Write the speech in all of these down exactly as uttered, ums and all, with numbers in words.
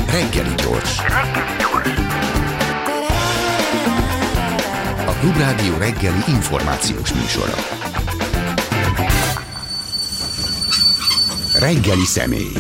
Reggeli gyors. A Klubrádió reggeli információs műsora. Reggeli személy.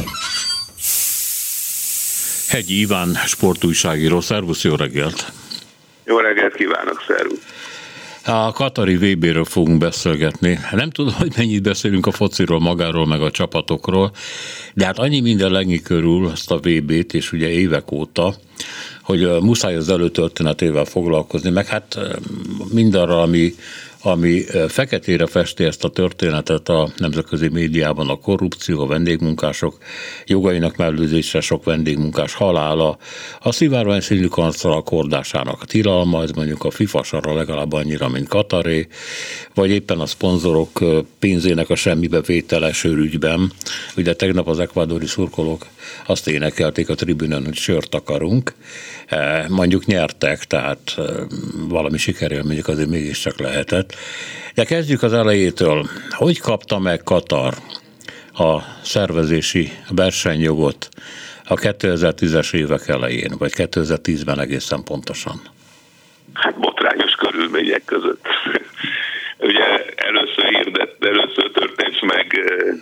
Hegyi Iván, sportújságíró. Szervusz, jó reggelt! Jó reggelt kívánok, szervusz! A katari vé béről fogunk beszélgetni. Nem tudom, hogy mennyit beszélünk a fociról, magáról, meg a csapatokról, de hát annyi minden lengi körül ezt a vé bét, és ugye évek óta, hogy muszáj az előtörténetével foglalkozni, meg hát mindarra, ami, ami feketére festi ezt a történetet a nemzetközi médiában, a korrupció, a vendégmunkások jogainak mellőzése, sok vendégmunkás halála, a szivárvány színű kancellár kordásának a tilalma, ez mondjuk a FIFA sarra legalább annyira, mint Kataré, vagy éppen a szponzorok pénzének a semmibe vétele sörügyben. Ugye tegnap az ekvádori szurkolók azt énekelték a tribünön, hogy sört akarunk, mondjuk nyertek, tehát valami sikerélményük azért mégiscsak lehetett. De kezdjük az elejétől. Hogy kapta meg Katar a szervezési versenyjogot a kétezer-tízes évek elején, vagy kétezer-tízben egészen pontosan? Hát botrányos körülmények között. Ugye először hirdett, először történt meg,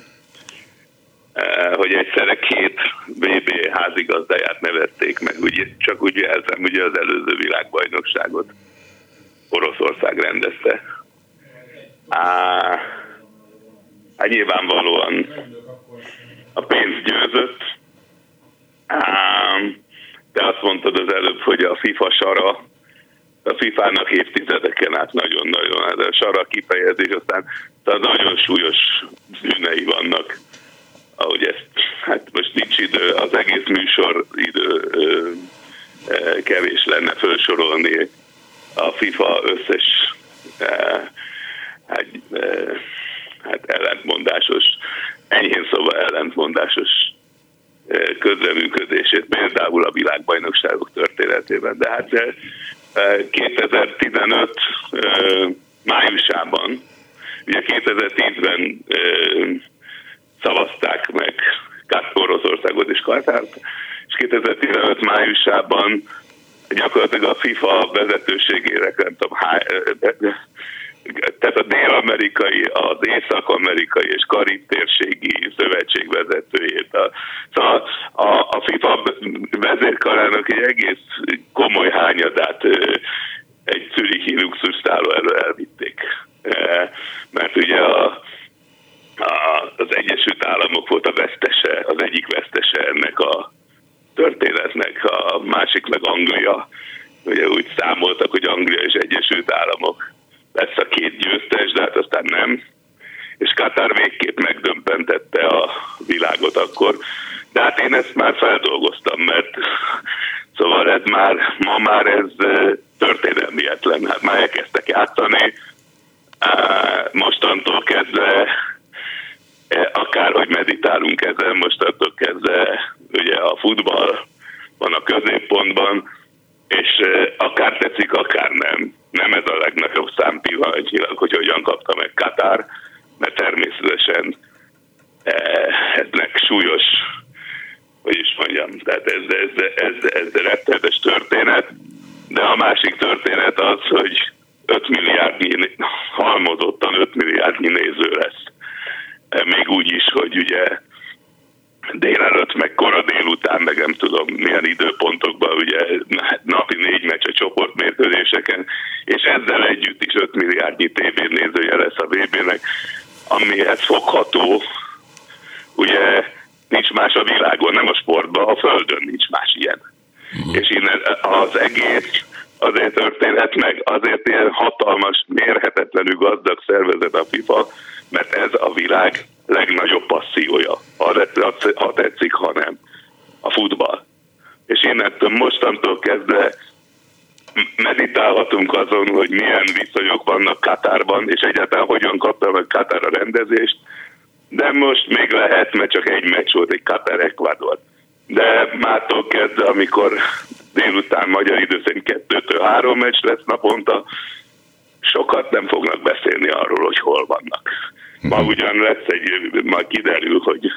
hogy egyszerre két vé bé házigazdáját nevezték meg, ugye, csak úgy jelzem, ugye az előző világbajnokságot Oroszország rendezte. Á, hát nyilvánvalóan a pénz győzött, á, de azt mondtad az előbb, hogy a FIFA sara, a fifának évtizedeken át nagyon-nagyon, hát a sara kifejezés, aztán nagyon súlyos bűnei vannak, ahogy ezt, hát most nincs idő, az egész műsor idő ö, ö, kevés lenne felsorolni a FIFA összes ö, hát, ö, hát ellentmondásos, enyhén szóval ellentmondásos ö, közreműködését, például a világbajnokságok történetében. De hát ö, kétezer-tizenöt ö, májusában, ugye kétezer-tízben ö, szavazták meg Oroszországot és Katárt, és kétezer-tizenöt májusában gyakorlatilag a FIFA vezetőségére, nem tudom, tehát a dél-amerikai, az észak-amerikai és karib térségi szövetség vezetőjét. A, szóval a, a FIFA vezérkarának egy egész komoly hányadát egy zürichi luxusszálló elő elvitték. Mert ugye a az Egyesült Államok volt a vesztese, az egyik vesztese ennek a történetnek, a másik meg Anglia. Ugye úgy számoltak, hogy Anglia és Egyesült Államok lesz a két győztes, de hát aztán nem. És Katar végképp megdömpentette a világot akkor. De hát én ezt már feldolgoztam, mert szóval ez már, ma már ez történelmietlen. Hát már elkezdtek játszani, mostantól kezdve akárhogy meditálunk ezen, mostantól kezdve ugye a futball van a középpontban, és akár tetszik, akár nem. Nem ez a legnagyobb szám pillanatnyilag, hogy hogyan kapta meg Katar, mert természetesen eznek súlyos, hogy is mondjam, tehát ez, ez, ez, ez rettenetes történet, de a másik történet az, hogy öt milliárdnyi, halmozottan öt milliárdnyi néző lesz. Még úgy is, hogy ugye délelőtt, meg kora délután, meg nem tudom milyen időpontokban, ugye napi négy meccs a csoportmérkőzéseken, és ezzel együtt is öt milliárdnyi tévénézője lesz a vé bének, amihez fogható, ugye nincs más a világon, nem a sportban, a földön nincs más ilyen. Uh-huh. És innen az egész azért történhet meg, azért ilyen hatalmas, mérhetetlenül gazdag szervezet a FIFA, mert ez a világ legnagyobb passziója, ha tetszik, ha nem, a futball. És innentől mostantól kezdve meditálhatunk azon, hogy milyen viszonyok vannak Katárban, és egyáltalán hogyan kapta meg Katar a rendezést, de most még lehet, mert csak egy meccs volt, egy Katar-Ekvádor. De mától kezdve, amikor délután magyar idő szerint kettőtől három meccs lesz naponta, sokat nem fognak beszélni arról, hogy hol vannak. Ma ugyan lesz egy, majd kiderül, hogy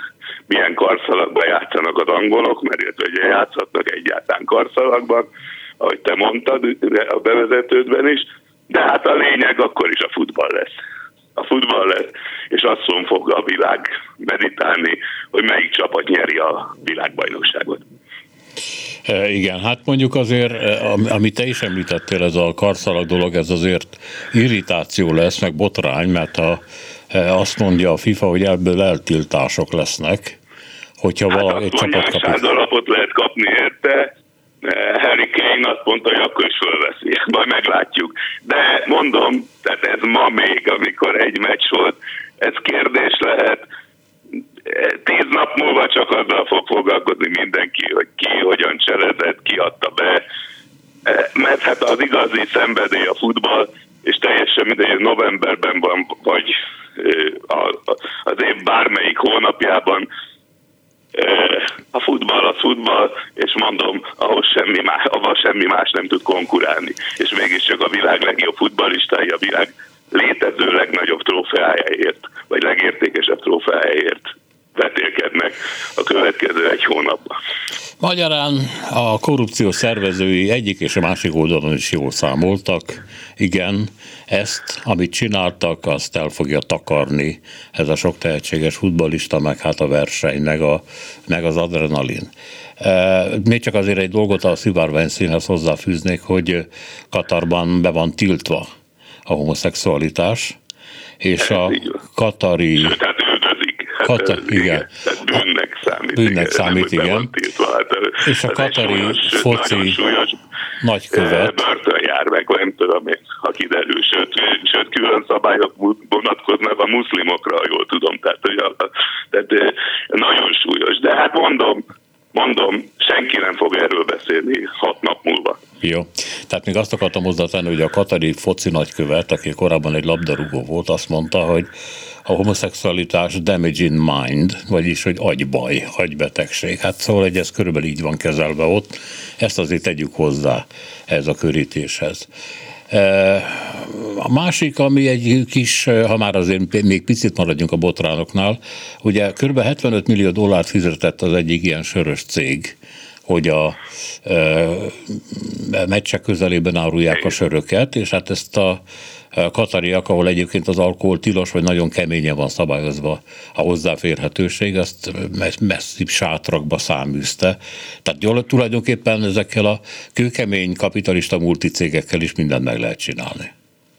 milyen karszalagban játszanak az angolok, mert illetve játszhatnak egyáltalán karszalagban, ahogy te mondtad a bevezetődben is, de hát a lényeg akkor is a futball lesz. A futball lesz, és azon fog a világ meditálni, hogy melyik csapat nyeri a világbajnokságot. E, igen, hát mondjuk azért, amit te is említettél, ez a karszalag dolog, ez azért irritáció lesz, meg botrány, mert ha azt mondja a FIFA, hogy ebből eltiltások lesznek, hogyha hát valami egy csapat kap. Hát alapot lehet kapni érte, Harry Kane azt mondta, hogy akkor is fölveszi, majd meglátjuk. De mondom, tehát ez ma még, amikor egy meccs volt, ez kérdés lehet. Tíz nap múlva csak azzal fog foglalkozni mindenki, hogy ki hogyan cselezett, ki adta be. Mert hát az igazi szenvedély a futball, és teljesen mindegy, hogy novemberben van, vagy az év bármelyik hónapjában, a futball az futball, és mondom, ahhoz semmi más, ahhoz semmi más nem tud konkurálni. És mégiscsak a világ legjobb futballistái a világ létező legnagyobb trófeájáért, vagy legértékesebb trófeájáért vetélkednek a következő egy hónapban. Magyarán a korrupció szervezői egyik és a másik oldalon is jól számoltak. Igen, ezt, amit csináltak, azt el fogja takarni ez a sok tehetséges futballista, meg hát a verseny, meg, a, meg az adrenalin. Még csak azért egy dolgot a szivárványszínhez hozzáfűznék, hogy Katarban be van tiltva a homoszexualitás, és a katari... Sőt, hát üldözik. Hát Kata, ez, igen. igen. Tehát bűnnek számít. Bűnnek igen, számít, nem, igen. Tiltva, hát, és a katari súlyos, foci nagykövet. Börtön jár meg, nem tudom én, ha kiderül. Sőt, sőt, külön szabályok vonatkoznak a muszlimokra, ha jól tudom. Tehát, tehát nagyon súlyos. De hát mondom, mondom, senki nem fog erről beszélni hat nap múlva. Jó. Tehát még azt akartam hozzátenni, hogy a katari foci nagykövet, aki korábban egy labdarúgó volt, azt mondta, hogy a homoszexualitás damage in mind, vagyis, hogy agybaj, agybetegség. Hát szóval, hogy ez körülbelül így van kezelve ott. Ezt azért tegyük hozzá ez a körítéshez. A másik, ami egy kis, ha már azért még picit maradjunk a botránoknál, ugye kb. hetvenöt millió dollárt fizetett az egyik ilyen sörös cég, hogy a e, meccsek közelében árulják a söröket, és hát ezt a katariak, ahol egyébként az alkohol tilos, vagy nagyon keményen van szabályozva a hozzáférhetőség, azt messzebb sátrakba száműzte. Tehát tulajdonképpen ezekkel a kőkemény kapitalista multicégekkel is mindent meg lehet csinálni.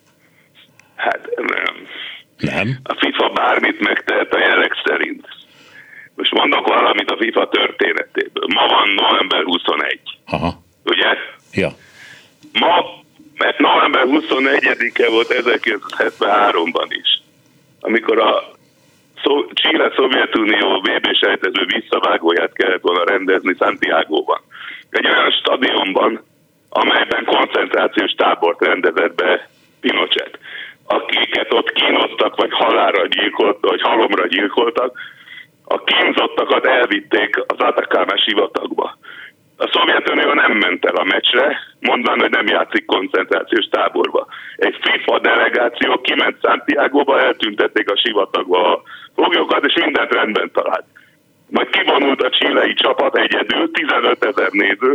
Hát nem. Nem? A FIFA bármit megtehet a jelek szerint. Most mondok valamit a FIFA történetéből. Ma van november huszonegy. Aha. Ugye? Ja. Ma, mert november huszonegyedike volt ezerkilencszázhetvenháromban is, amikor a Chile-Szovjetunió vé bé-sejtező visszavágóját kellett volna rendezni Santiagoban. Egy olyan stadionban, amelyben koncentrációs tábort rendezett be Pinochet, akiket ott kínoztak, vagy halálra gyilkoltak, vagy halomra gyilkoltak. A kínzottakat elvitték az Atacama sivatagba. A Szovjetunió nem ment el a meccsre, mondván, hogy nem játszik koncentrációs táborba. Egy FIFA delegáció kiment Santiagoba, eltüntették a sivatagba a foglyokat, és mindent rendben talált. Majd kivonult a chilei csapat egyedül, tizenötezer néző,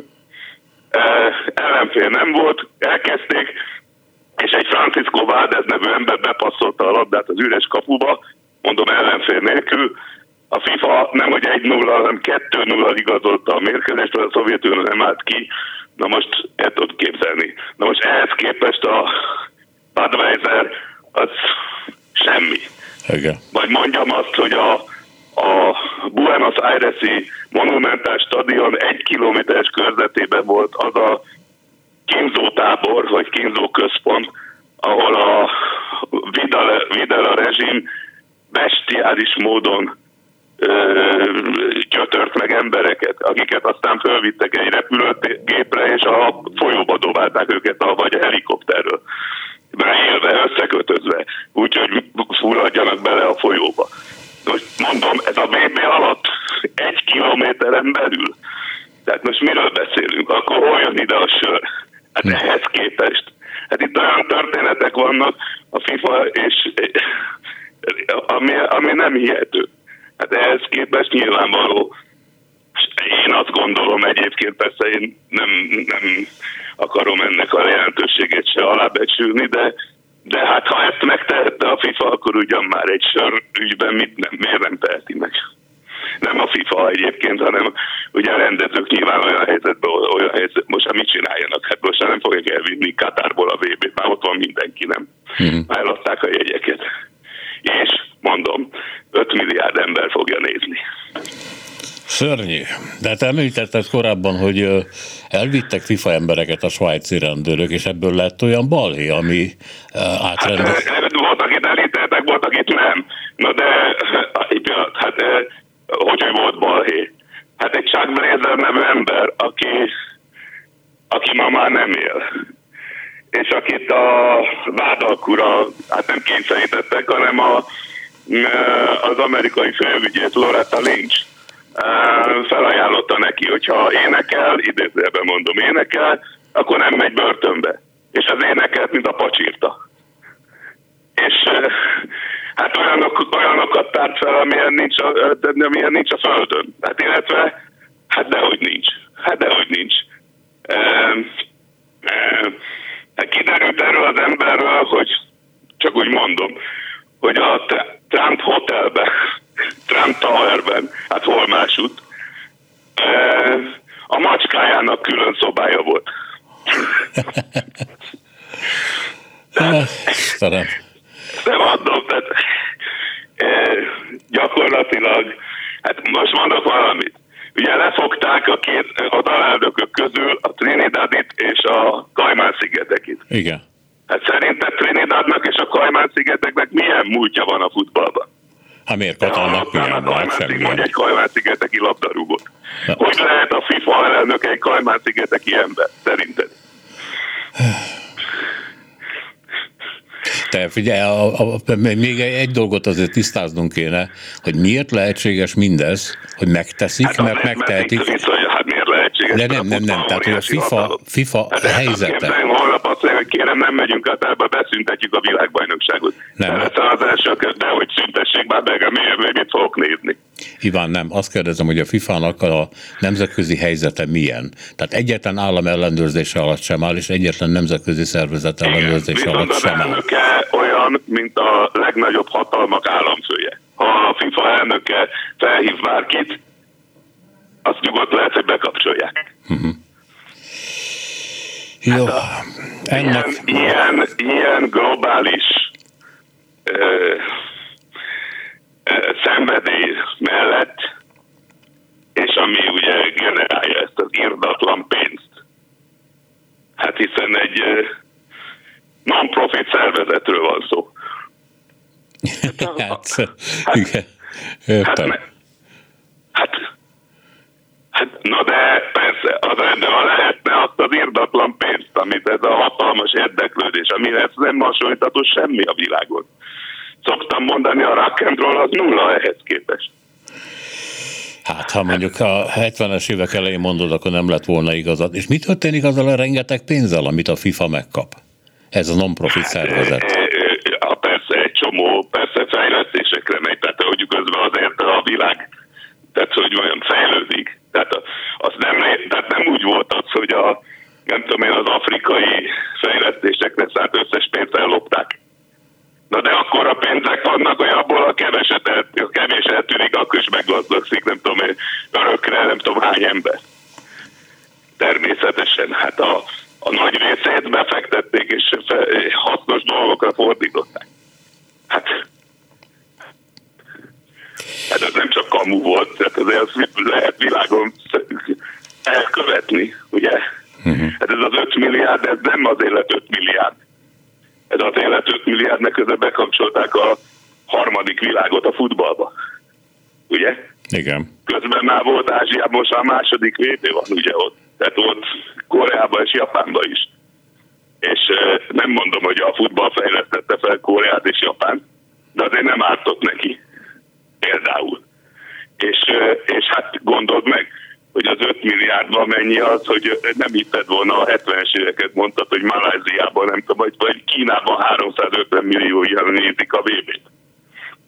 ellenfél nem volt, elkezdték, és egy Francisco Valdez nevű ember bepasszolta a labdát az üres kapuba, mondom ellenfél nélkül. A FIFA nem hogy egy nulla, hanem kettő nulla igazolta a mérkőzést, mert a Szovjetunió nem állt ki. Na most el tudod képzelni. Na most ehhez képest a Budweiser az semmi. Igen. Vagy mondjam azt, hogy a, a Buenos Aires-i Monumental stadion egy kilométeres körzetében volt az a kínzótábor, vagy kínzóközpont, ahol a Vidal, Vidal a rezsim bestiális módon gyötört meg embereket, akiket aztán fölvittek egy repülőgépre, és a folyóba dobálták őket, vagy a helikopterről. Élve, összekötözve, úgyhogy fulladjanak bele a folyóba. Most mondom, ez a vé bé alatt egy kilométeren belül. Tehát most miről beszélünk? Akkor hol jön ide a sör? Hát ehhez képest. Hát itt olyan történetek vannak a FIFA, és ami, ami nem hihető. Hát ehhez képest nyilvánvaló, én azt gondolom egyébként, persze én nem, nem akarom ennek a jelentőségét se alábecsülni, de, de hát ha ezt megtehette a FIFA, akkor ugyan már egy sör ügyben mit nem, miért nem teheti meg? Nem a FIFA egyébként, hanem ugye a rendezők nyilván olyan helyzetben, olyan helyzet, most mit csináljanak? Hát most nem fogják elvinni Katárból a vé bét, már ott van mindenki, nem? Hmm. Már eladták a jegyeket. És mondom, öt milliárd ember fogja nézni. Szörnyű. De hát említetted korábban, hogy elvittek FIFA embereket a svájci rendőrök, és ebből lett olyan balhé, ami átrendez. Hát, volt, akit elítéltek, volt, akit nem. Na de, hát hogy volt balhé? Hát egy Chuck Blazer nevű ember, aki, aki ma már nem él. És akit a vádalkura, hát nem kényszerítettek, hanem a, az amerikai főügyész Loretta Lynch felajánlotta neki, hogyha énekel, idézőjelben mondom, énekel, akkor nem megy börtönbe. És az énekelt, mint a pacsírta. És hát olyanok, olyanokat tárt fel, amilyen nincs a, amilyen nincs a földön. Hát illetve, hát dehogy nincs. Hát dehogy nincs. E, e, kiderült erről az emberről, hogy csak úgy mondom, hogy a Trump Hotelben, Trump Towerben, hát hol másút, a macskájának külön szobája volt. Istenem. Nem mondom, tehát gyakorlatilag, hát most mondok valamit. Ugye lefogták a két az alelnökök közül a Trinidadit és a Kajmán-szigetekit. Igen. Hát szerinted Trinidadnak és a Kajmán-szigeteknek milyen múltja van a futballban? Hát miért Katarnak milyen van? Vagy egy Kajmán-szigeteki labdarúgót. Hogy lehet a FIFA elnök egy Kajmán-szigeteki ember, szerinted? Te figyelj, a, a, a, még egy dolgot azért tisztáznunk kéne, hogy miért lehetséges mindez, hogy megteszik, hát mert megtehetik. Viszont, hát miért lehetséges? De nem, nem, nem, tehát hogy a FIFA, FIFA hát helyzete. Hát holnap azt mondja, hogy kérem, nem megyünk Katárba, beszüntetjük a világbajnokságot. Nem. De az első de hogy szüntessék már meg, miért mit fogok nézni. Iván, nem, azt kérdezem, hogy a fifának a nemzetközi helyzete milyen. Tehát egyetlen állam ellenőrzése alatt sem áll, és egyetlen nemzetközi szervezet ellenőrzése alatt sem áll. Olyan, mint a legnagyobb hatalmak államfője. Ha a FIFA elnöke felhív bárkit, azt nyugodt lehet, hogy bekapcsolják. Uh-huh. Jó. Hát Ennek... ilyen, ilyen, ilyen globális ö, ö, szenvedély mellett, és ami ugye generálja ezt az irdatlan pénzt, hát hiszen egy ö, non-profit szervezetről van szó. hát, hát, igen. Értem. Hát, hát, hát, na de persze, az de ha lehetne azt az irdatlan pénzt, amit ez a hatalmas érdeklődés, amire nem hasonlítható semmi a világon. Szoktam mondani, a rock and roll az nulla ehhez képest. Hát, ha mondjuk a hetvenes évek elején mondod, akkor nem lett volna igazad. És mit történik azzal a rengeteg pénzzel, amit a FIFA megkap? Ez a non-profit hát, szervezet. E, persze egy csomó, persze fejlesztésekre megy, tehát hogy közben azért a világ, tehát hogy olyan fejlődik. Tehát az nem, tehát nem úgy volt az, hogy a, nem tudom én, az afrikai fejlesztésekre szánt összes pénzt ellopták. Na de akkor a pénzek vannak, hogy abból a keveset el, a kevés eltűnik, akkor is meggazdagszik, nem tudom én, örökre, nem tudom hány ember. Természetesen, hát a A nagy részét befektették, és hasznos dolgokra fordították. Hát, hát ez nem csak kamu volt, tehát azért azt lehet világon elkövetni, ugye? Uh-huh. Hát ez az öt milliárd, ez nem azért lett öt milliárd. Ez azért lett öt milliárd, mert közben bekapcsolták a harmadik világot a futballba. Ugye? Igen. Közben már volt Ázsiában, most a második vé bé van, ugye ott. Tehát ott Koreában és Japánban is. És nem mondom, hogy a futball fejlesztette fel Koreát és Japán, de azért nem ártott neki. Például. És, és hát gondold meg, hogy az öt milliárdban mennyi az, hogy nem hitted volna a hetvenes éveket, mondtad, hogy Malajziában, nem tudom, vagy Kínában háromszázötven millió nézik a vé bét.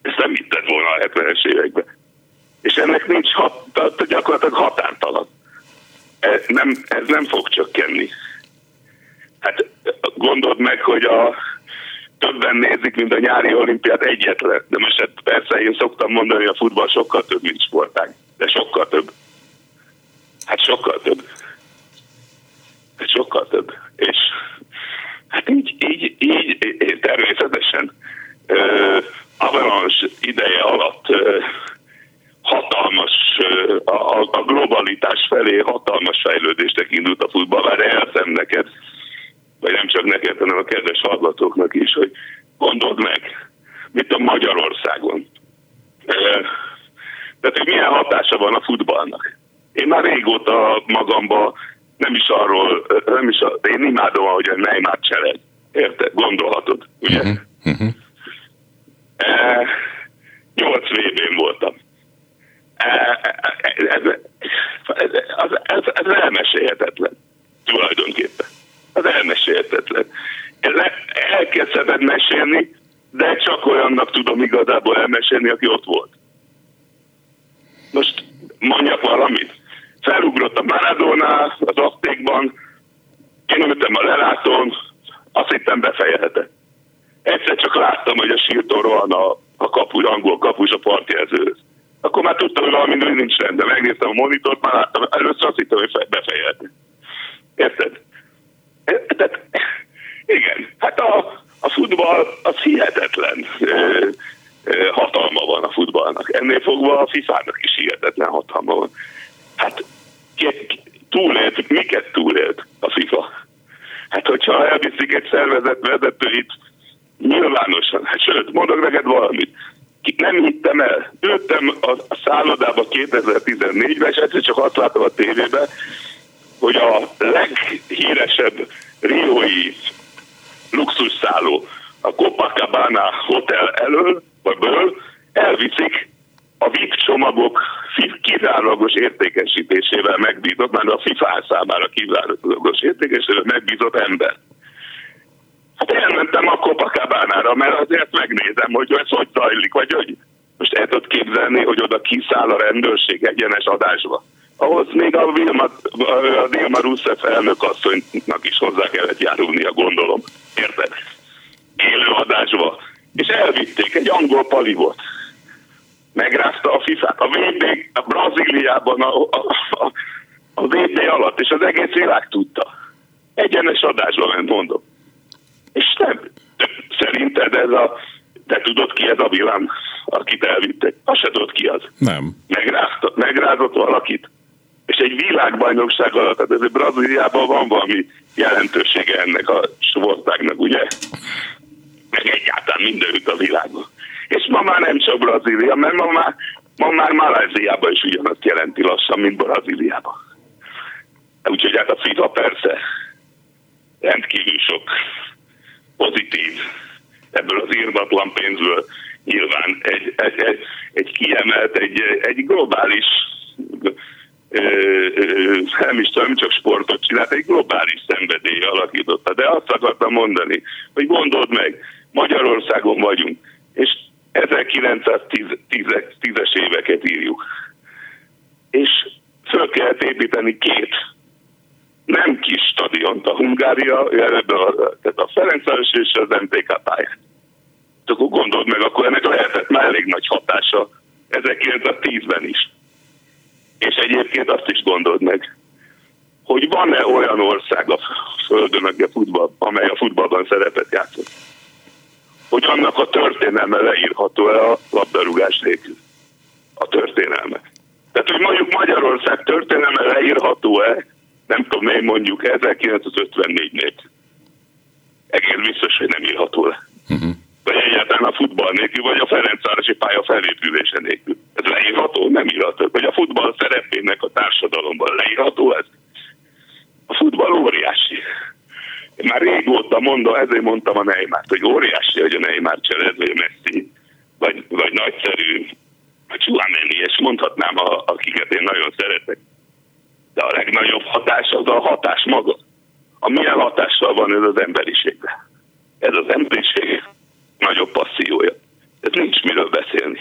Ezt nem hitted volna a hetvenes években. És ennek nincs hat, gyakorlatilag határtalan. Ez nem, ez nem fog csökkenni. Hát gondold meg, hogy a többen nézik, mint a nyári olimpiát egyetlen. De most hát persze én szoktam mondani, hogy a futball sokkal több, mint sportág. De sokkal több. Hát sokkal több. Hát sokkal több. És hát így, így, így természetesen uh, Avalanche ideje alatt uh, hatalmas, uh, a, a globalitás felé hatalmas fejlődésnek indult a futball. Már elszem neked, vagy nem csak neked, hanem a kedves hallgatóknak is, hogy gondold meg, mit a Magyarországon. Uh, tehát, hogy milyen hatása van a futballnak. Én már régóta magamban nem is arról, nem is a, én imádom, ahogy a Neymar cseled. Érted? Gondolhatod, ugye? Uh-huh. Uh-huh. E, nyolc vé bén voltam. E, ez, ez, ez, ez elmesélhetetlen. Tulajdonképpen. Az elmesélhetetlen. Elkezdheted mesélni, de csak olyannak tudom igazából elmesélni, aki ott volt. Most mondjak valamit. Felugrott a Maradona az Aztékban, én ültem a lelátón, azt hittem befejezhetett. Egyszer csak láttam, hogy a sírtól rohan a, a kapu, angol kapus a partjelzőhöz. Akkor már tudtam, hogy valami nincs rendben. Megnéztem a monitort, már láttam, először azt hittem, hogy befejezhetett. Érted? Tehát, igen, hát a, a futball az hihetetlen ö, ö, hatalma van a futballnak. Ennél fogva a fifának is hihetetlen hatalma van. Hát túlélt, miket túlélt a FIFA? Hát hogyha elviszik egy szervezet vezetőit nyilvánosan, hát sőt, mondok neked valamit, nem hittem el, ültem a, a szállodába kétezer-tizennégyben, és egyszer csak azt látom a tévében, hogy a leghíresebb riói luxusszálló, a Copacabana Hotel elől, vagy ből elviszik a vé i pé csomagok kizárólagos értékesítésével megbízott, már a FIFA számára kizárólagos értékesítésével megbízott ember. Hát elmentem a Copacabánára, mert azért megnézem, hogy ez hogy zajlik, vagy hogy most el tudod képzelni, hogy oda kiszáll a rendőrség egyenes adásba. Ahhoz még a Vilma, a Dilma Rousseff elnök asszonynak is hozzá kellett járulnia, gondolom. Érted? Élő adásba. És elvitték, egy angol pali volt. Megrázta a fifát. A vé bé a Brazíliában a, a, a, a vé bé alatt, és az egész világ tudta. Egyenes adásban ment, mondom. És nem. Szerinted ez a... Te tudod ki ez a vilám, akit elvittek? Azt se tudod ki az. Nem. Megrázta, megrázott valakit. És egy világbajnokság alatt, tehát ez Brazíliában van valami jelentősége ennek a sportágnak, ugye? Meg egyáltalán mindenütt a világon. És ma már nem csak Brazília, mert ma már, ma már Malajziában is ugyanazt jelenti lassan, mint Brazíliában. Úgyhogy hát a FIFA persze rendkívül sok pozitív, ebből az írdatlan pénzből nyilván egy, egy, egy, egy kiemelt, egy, egy globális, ö, ö, nem is tudom, csak sportot csinált, egy globális szenvedély alakította. De azt akartam mondani, hogy gondold meg, Magyarországon vagyunk, és ezerkilencszáztízes éveket írjuk. És föl kellett építeni két nem kis stadiont, a Hungária, a, tehát a Ferencváros és az em té ká pályát. Akkor gondold meg, akkor ennek lehetett már elég nagy hatása ezerkilencszáztízben is. És egyébként azt is gondold meg, hogy van-e olyan ország a Földön, a futball, amely a futballban szerepet játszott, hogy annak a történelme leírható-e a labdarúgás nélkül. A történelme. Tehát, hogy mondjuk Magyarország történelme leírható-e, nem tudom, én mondjuk ezerkilencszázötvennégynél. Egész biztos, hogy nem írható le. Uh-huh. Vagy egyáltalán a futball nélkül, vagy a Ferencvárosi pálya felépülése nélkül. Ez leírható? Nem írható. Vagy a futball szerepének a társadalomban leírható ez? A futball óriási. Én már régóta mondom, ezért mondtam a Neymart, hogy óriási, hogy a Neymar cseled, vagy a Messi, vagy, vagy nagyszerű, a Tchouaméni, és mondhatnám, a, akiket én nagyon szeretek. De a legnagyobb hatás az a hatás maga. A milyen hatással van ez az emberiségre? Ez az emberiség nagyobb passziója. Ez nincs miről beszélni.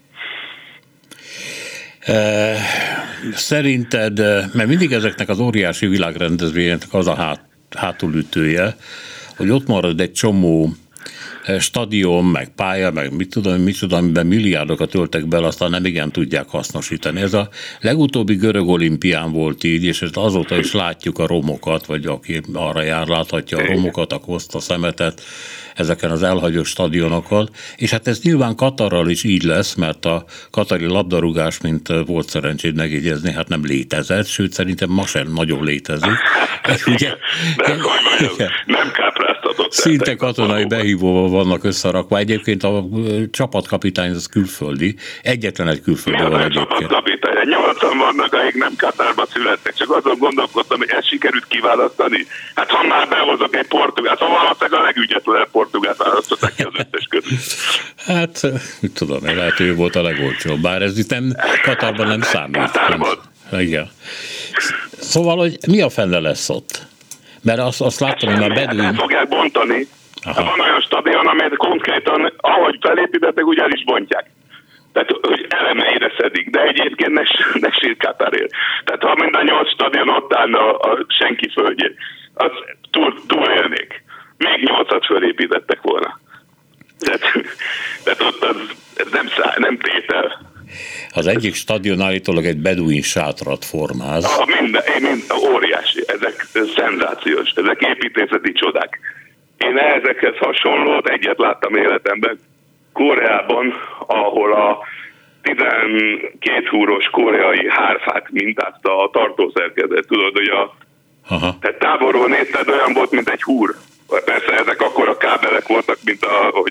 Szerinted, mert mindig ezeknek az óriási világrendezvényeknek az a hát, hátulütője, hogy ott marad egy csomó stadion, meg pálya, meg mit tudom, mit tudom, amiben milliárdokat öltek bele, aztán nem igen tudják hasznosítani. Ez a legutóbbi görög olimpián volt így, és azóta is látjuk a romokat, vagy aki arra jár, láthatja a romokat, a koszt, a szemetet, ezeken az elhagyott stadionokat, és hát ez nyilván Katarral is így lesz, mert a katari labdarúgás, mint volt szerencséd megjegyezni, hát nem létezett, sőt szerintem ma sem nagyon létezik. Ugye, nem, nem, nem kápráztatott. Szinte katonai behívóval vannak összerakva. Egyébként a csapatkapitány az külföldi. Egyetlen egy külföldi van egyébként. Csapatkapitány? Nyolcan vannak, akik nem Katárba születtek. Csak azon gondolkodtam, hogy ezt sikerült kiválasztani. Hát ha már behozok egy portugát, ha valószínűleg a legügyetlenebb portugát választották ki az összes közül. Hát, mit tudom, lehet, ő volt a legolcsóbb. Bár ez itt nem, Katárban nem számít. Katárban. Igen. Szóval, hogy mi a fenne lesz ott? Mert azt, azt láttam, hogy már Beduin... El fogják bontani. Van olyan stadion, amelyet konkrétan, ahogy felépítettek, úgy el is bontják. Tehát, hogy elemeire szedik, de egyébként ne, ne sír Katárért. Tehát, ha mind a nyolc stadion ott állna a, a senki földjén, az túl, túlélnék. Még nyolcat fölépítettek volna. Tehát, tehát ott az, ez nem, szá, nem tétel. Az egyik stadion állítólag egy beduin sátrat formáz. A minden, minden óriási, ezek szenzációs, ezek építészeti csodák. Én ezekhez hasonlót egyet láttam életemben Koreában, ahol a tizenkét húros koreai hárfát mintázta a tartószerkezet. Tudod, hogy a Aha. tehát távolról nézted, olyan volt, mint egy húr. Persze ezek akkor a kábelek voltak, mint a, hogy,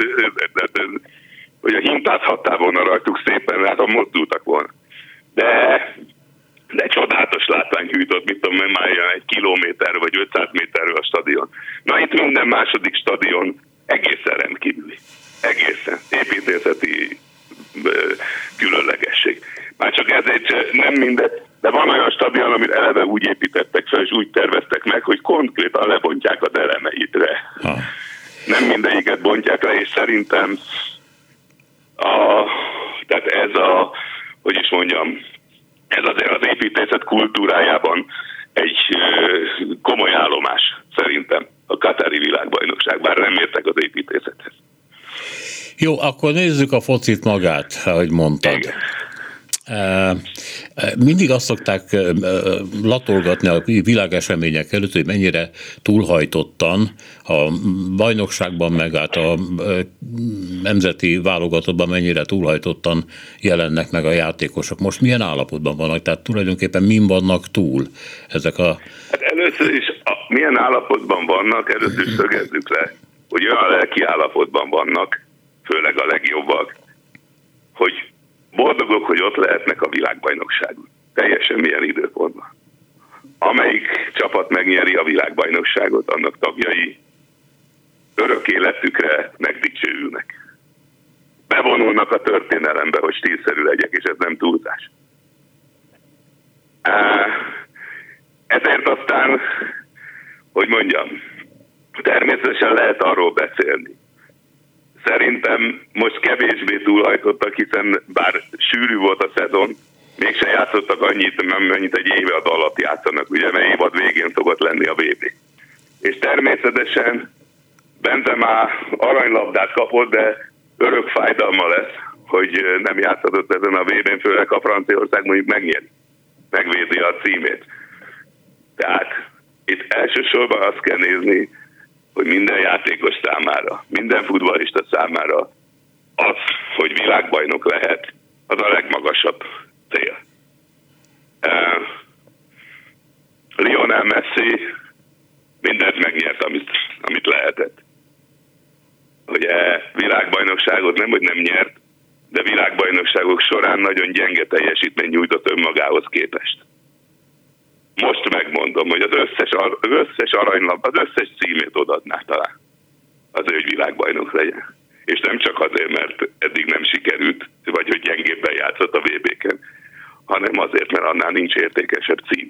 hogy a hintázhattál volna rajtuk szépen, hát a mozdultak volna. De, de csodálatos látvány hűtött, mit tudom, már ilyen egy kilométer vagy ötszáz méterről a stadion. Na itt minden második stadion egészen rendkívüli. Egészen. Építészeti különlegesség. Már csak ezért nem mindegy, de van olyan stadion, amit eleve úgy építettek fel, és úgy terveztek meg, hogy konkrétan lebontják az elemeitre. Ha. Nem mindegyiket bontják le, és szerintem a, tehát ez a, hogy is mondjam, ez azért az építészet kultúrájában egy komoly állomás, szerintem, a katári világbajnokság, bár nem értek az építészethez. Jó, akkor nézzük a focit magát, ahogy mondtad. Igen. Mindig azt szokták latolgatni a világesemények előtt, hogy mennyire túlhajtottan a bajnokságban, meg át a nemzeti válogatottban mennyire túlhajtottan jelennek meg a játékosok. Most milyen állapotban vannak? Tehát tulajdonképpen min vannak túl ezek a... Hát először is a, milyen állapotban vannak, először szögezzük le, hogy olyan lelki állapotban vannak, főleg a legjobbak, hogy boldogok, hogy ott lehetnek a világbajnokságon. Teljesen milyen időpontban. Amelyik csapat megnyeri a világbajnokságot, annak tagjai örök életükre megdicsőülnek. Bevonulnak a történelembe, hogy stílszerű legyek, és ez nem túlzás. Ezért aztán, hogy mondjam, természetesen lehet arról beszélni. Szerintem most kevésbé túlhajtottak, hiszen bár sűrű volt a szezon, mégse játszottak annyit, mennyit egy évad alatt játszanak, ugye, mert évad végén szokott lenni a vé bé. És természetesen Benzema aranylabdát kapott, de örök fájdalma lesz, hogy nem játszhatott ezen a vé bén, főleg a Franciaország mondjuk megnyeri, megvédi a címét. Tehát itt elsősorban azt kell nézni, hogy minden játékos számára, minden futballista számára az, hogy világbajnok lehet, az a legmagasabb cél. Uh, Lionel Messi mindent megnyert, amit, amit lehetett. Ugye világbajnokságot nem, hogy nem nyert, de világbajnokságok során nagyon gyenge teljesítmény nyújtott önmagához képest. Most megmondom, hogy az összes, az összes aranylap, az összes címét odaadná talán az ő világbajnok legyen. És nem csak azért, mert eddig nem sikerült, vagy hogy gyengébben játszott a vé béken, hanem azért, mert annál nincs értékesebb cím.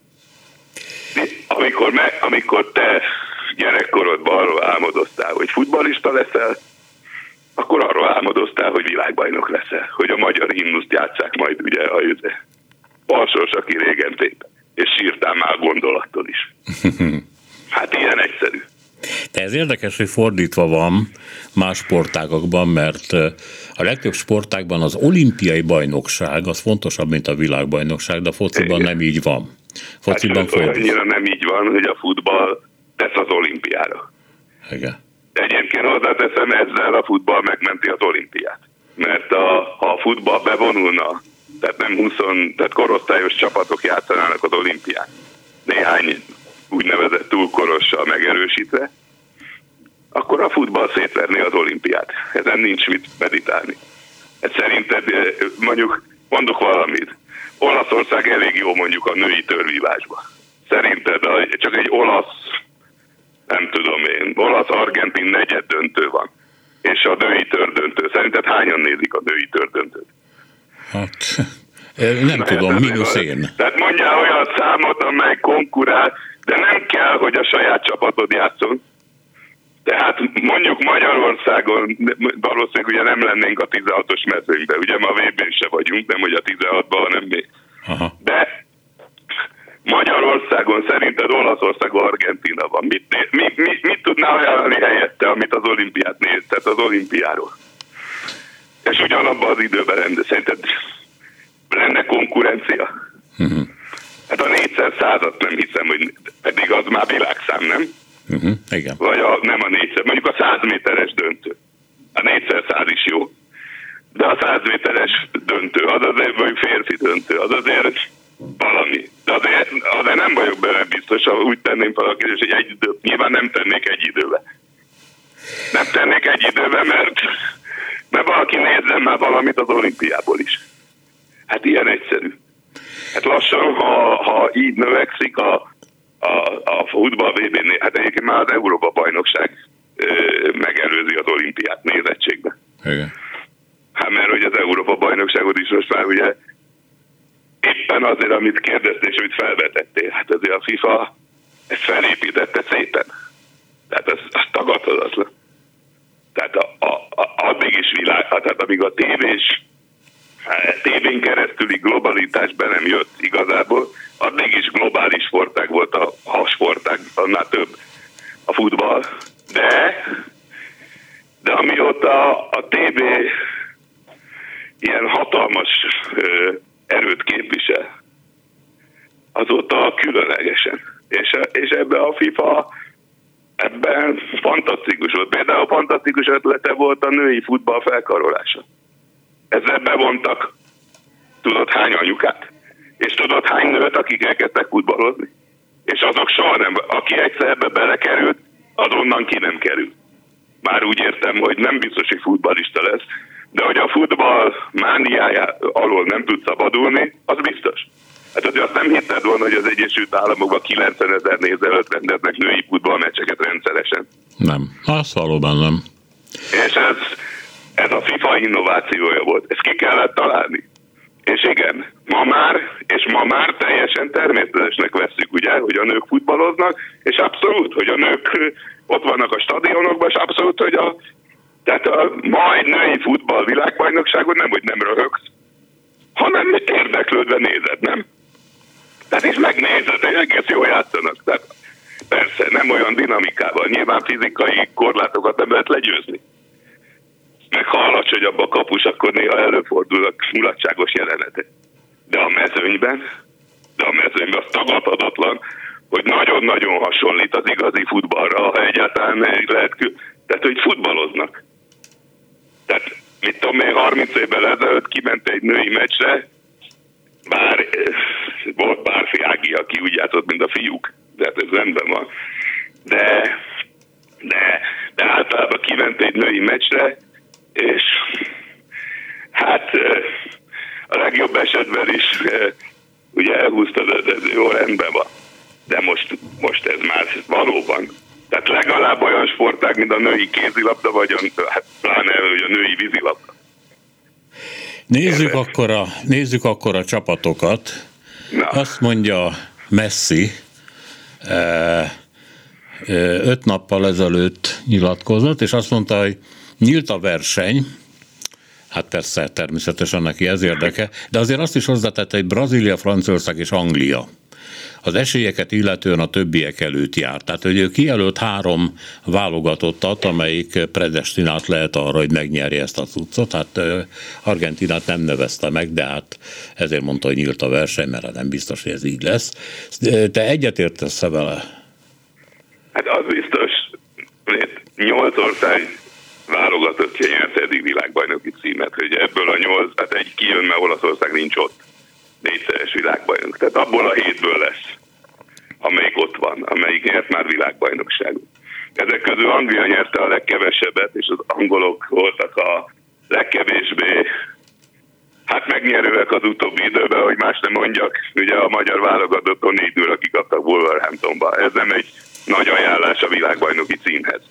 Amikor, me, amikor te gyerekkorodban arról álmodoztál, hogy futballista leszel, akkor arról álmodoztál, hogy világbajnok leszel, hogy a magyar himnuszt játsszák majd ugye a Balsors, aki régen tép, és sírtál már gondolattól is. Hát ilyen egyszerű. De ez érdekes, hogy fordítva van más sportágakban, mert a legtöbb sportágban az olimpiai bajnokság az fontosabb, mint a világbajnokság, de a fociban nem így van. Fociban hát, annyira nem így van, hogy a futball tesz az olimpiára. Igen. De egyébként hozzáteszem, ezzel a futball megmenti az olimpiát. Mert a, ha a futball bevonulna, tehát nem húsz, tehát korosztályos csapatok játszanának az olimpián, néhány úgynevezett túlkorossal megerősítve, akkor a futball szétverné az olimpiát. Ezen nincs mit meditálni. Ez szerinted, mondjuk, mondok valamit, Olaszország elég jó mondjuk a női törvívásban. Szerinted csak egy olasz, nem tudom én, olasz-argentin negyed döntő van, és a női tördöntő. Szerinted hányan nézik a női tördöntőt? Hát, nem Na, tudom, mínusz én. Tehát mondjál olyan számot, amely konkurál, de nem kell, hogy a saját csapatod játszon. Tehát mondjuk Magyarországon valószínűleg ugye nem lennénk a tizenhatos mezőnyben, ugye ma vé bén se vagyunk, nem hogy a tizenhatban, hanem mi. Aha. De Magyarországon szerinted Olaszország, Argentína van. Mit, mit, mit, mit tudná ajánlani helyette, amit az olimpiát néz, tehát az olimpiáról? És ugyanabban az időben rende, szerinted lenne konkurencia? Uh-huh. Hát a négyszázat nem hiszem, hogy pedig az már világszám, nem? Uh-huh. Igen. Vagy a, nem a négyszer, mondjuk a száz méteres döntő. A négyszer-száz is jó. De a száz méteres döntő, az azért, vagy férfi döntő, az azért valami. De azért, azért nem vagyok benne biztos, ha úgy tenném fel a kérdést, hogy egy idő, nyilván nem tennék egy időbe. Nem tennék egy időbe, mert, mert valaki nézzen már valamit az olimpiából is. Hát ilyen egyszerű. Hát lassan, ha, ha így növekszik a, a, a futball vé bén, hát egyébként már az Európa-bajnokság ö, megelőzi az olimpiát nézettségben. Igen. Hát mert hogy az Európa-bajnokságot is most már ugye éppen azért, amit kérdeztél és amit felvetettél, hát azért a FIFA ezt felépítette szépen. Tehát az, az tagadhatatlan. Tehát a, a, a, addig is világ, tehát amíg a tévés tévén keresztüli globalitás be nem jött igazából, addig is globális sportág volt a, a sportág, annál több a futball, de de amióta a tévé ilyen hatalmas ö, erőt képvisel, azóta különlegesen. És, és ebben a FIFA ebben fantasztikus volt. Például fantasztikus ötlete volt a női futball felkarolása. Ezzel bevontak, tudod hány anyukát? És tudod hány nőt, akik elkezdtek futballozni? És azok soha nem, aki egyszer ebbe belekerült, azonnan ki nem kerül. Már úgy értem, hogy nem biztos, hogy futballista lesz, de hogy a futball mániája alól nem tud szabadulni, az biztos. Hát azért azt nem hitted volna, hogy az Egyesült Államokban kilencvenezer nézőt rendeznek női futballmeccseket rendszeresen. Nem, azt valóban nem. És ez, ez a FIFA innovációja volt. Ezt ki kellett találni. És igen, ma már, és ma már teljesen természetesnek vesszük, ugye, hogy a nők futballoznak, és abszolút, hogy a nők ott vannak a stadionokban, és abszolút, hogy a, tehát a majd női futball világbajnokságon nem, hogy nem röhögsz, hanem mit érdeklődve nézed, nem? Tehát is megnézed, hogy egész jól játszanak. Tehát persze, nem olyan dinamikával. Nyilván fizikai korlátokat nem lehet legyőzni. Meg ha alacsonyabb a kapus, akkor néha előfordulnak mulatságos jelenetek. De a mezőnyben, de a mezőnyben az tagadhatatlan, hogy nagyon-nagyon hasonlít az igazi futballra, ha egyáltalán lehet, tehát hogy futballoznak. Tehát mit tudom én, harminc évvel ezelőtt kiment egy női meccsre, bár volt Bárfi Ági, aki úgy játszott, mint a fiúk, de hát ez rendben van. De, de, de általában kiment egy női meccsre, és hát a legjobb esetben is ugye elhúztad, ez jó rendben van. De most, most ez már valóban. Tehát legalább olyan sportág, mint a női kézilabda, vagy a, hát pláne a női vízilabda. Nézzük akkor, a, nézzük akkor a csapatokat. Na. Azt mondja Messi, öt nappal ezelőtt nyilatkozott, és azt mondta, hogy nyílt a verseny, hát persze, természetesen neki ez érdeke, de azért azt is hozzátette, hogy Brazília, Franciaország és Anglia az esélyeket illetően a többiek előtt járt. Tehát, hogy ő kijelölt három válogatottat, amelyik predestinált lehet arra, hogy megnyerje ezt a cuccot. Hát Argentinát nem nevezte meg, de hát ezért mondta, hogy nyílt a verseny, mert nem biztos, hogy ez így lesz. Te egyetértesz vele? Hát az biztos, hogy nyolc ország válogatottja nyert eddig világbajnoki címet, hogy ebből a nyolc, hát egy kijön, mert Olaszország nincs ott. Négyszeres világbajnok. Tehát abból a hétből lesz, amelyik ott van, amelyik nyert már világbajnokságot. Ezek közül Anglia nyerte a legkevesebbet, és az angolok voltak a legkevésbé, hát megnyerőek az utóbbi időben, hogy más nem mondjak, ugye a magyar válogatotton négy nulla kikaptak Wolverhamptonba. Ez nem egy nagy ajánlás a világbajnoki címhez.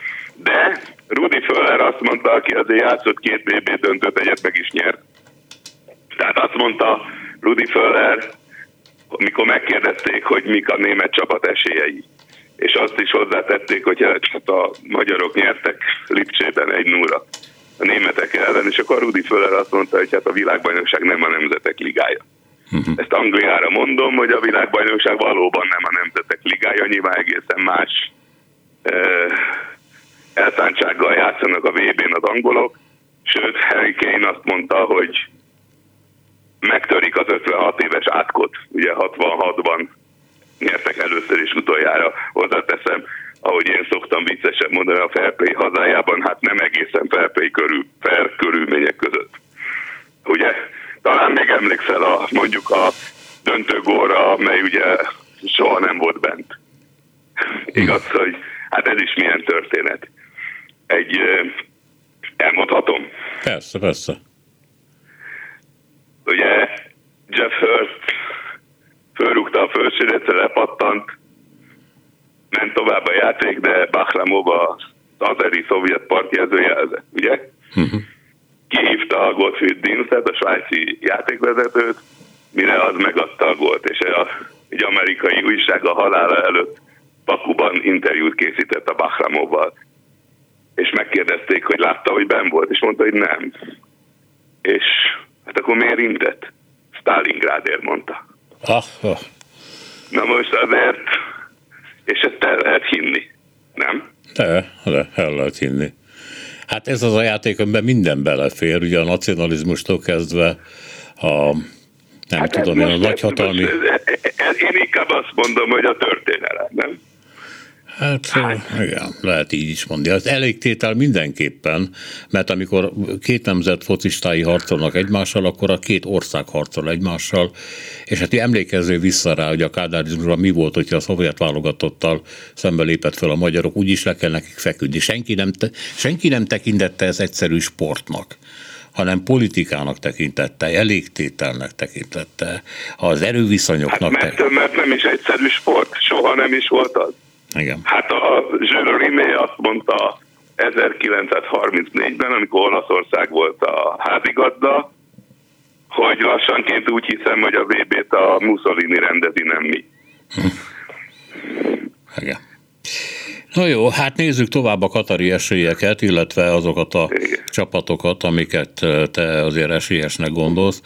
De Rudi Völler azt mondta, aki azért játszott két bé bé döntőt, egyet meg is nyert. Tehát azt mondta Rudi Völler, amikor megkérdezték, hogy mik a német csapat esélyei. És azt is hozzátették, hogy hát a magyarok nyertek Lipcsében egy nulla a németek ellen, és akkor Rudi Völler azt mondta, hogy hát a világbajnokság nem a nemzetek ligája. Uh-huh. Ezt Angliára mondom, hogy a világbajnokság valóban nem a nemzetek ligája, nyilván egészen más eh, elszántsággal játszanak a vé bén az angolok, sőt Harry Kane azt mondta, hogy megtörik az ötvenhat éves átkot, ugye hatvanhatban nyertek először is utoljára, hozzáteszem, ahogy én szoktam viccesen mondani, a fair play hazájában, hát nem egészen fair play körül, fair körülmények között. Ugye, talán még emlékszel a, mondjuk a döntőgólra, amely ugye soha nem volt bent. Igaz, hogy hát ez is milyen történet. Egy, elmondhatom? Persze, persze. Ugye Jeff Hurst fölrúgta a fölsőt, lepattant, ment tovább a játék, de Bakhramov az azeri szovjet partjelzőjelze, ugye? Uh-huh. Kihívta a Gottfried Dinszet, a svájci játékvezetőt, mire az megadta a gólt, és egy amerikai újság a halála előtt Bakuban interjút készített a Bakhramovval, és megkérdezték, hogy látta, hogy benn volt, és mondta, hogy nem. És hát akkor miért intett? Stalingrádért mondta. Ah, ah. Na most azért, és ezt el lehet hinni, nem? De, de el lehet hinni. Hát ez az a játék, amiben minden belefér, ugye a nacionalizmustól kezdve a, nem hát tudom én, a nagyhatalmi... Én inkább azt mondom, hogy a történelem, nem? Hát, hát igen, lehet így is mondani. Az elégtétel mindenképpen, mert amikor két nemzet focistái harcolnak egymással, akkor a két ország harcol egymással, és hát emlékezzél vissza rá, hogy a kádárizmusban mi volt, hogyha a szovjet válogatottal szembe lépett fel a magyarok, úgyis le kell nekik feküdni. Senki nem, te, senki nem tekintette ez egyszerű sportnak, hanem politikának tekintette, elégtételnek tekintette, az erőviszonyoknak. Hát mert, mert nem is egyszerű sport, soha nem is volt az. Igen. Hát a Jérôme Rimet azt mondta ezerkilencszázharmincnégyben, amikor Olaszország volt a házigazda, hogy lassanként úgy hiszem, hogy a vé bét a Mussolini rendezi, nem mi. Hm. Igen. Na jó, hát nézzük tovább a katari esélyeket, illetve azokat a Igen. csapatokat, amiket te azért esélyesnek gondolsz.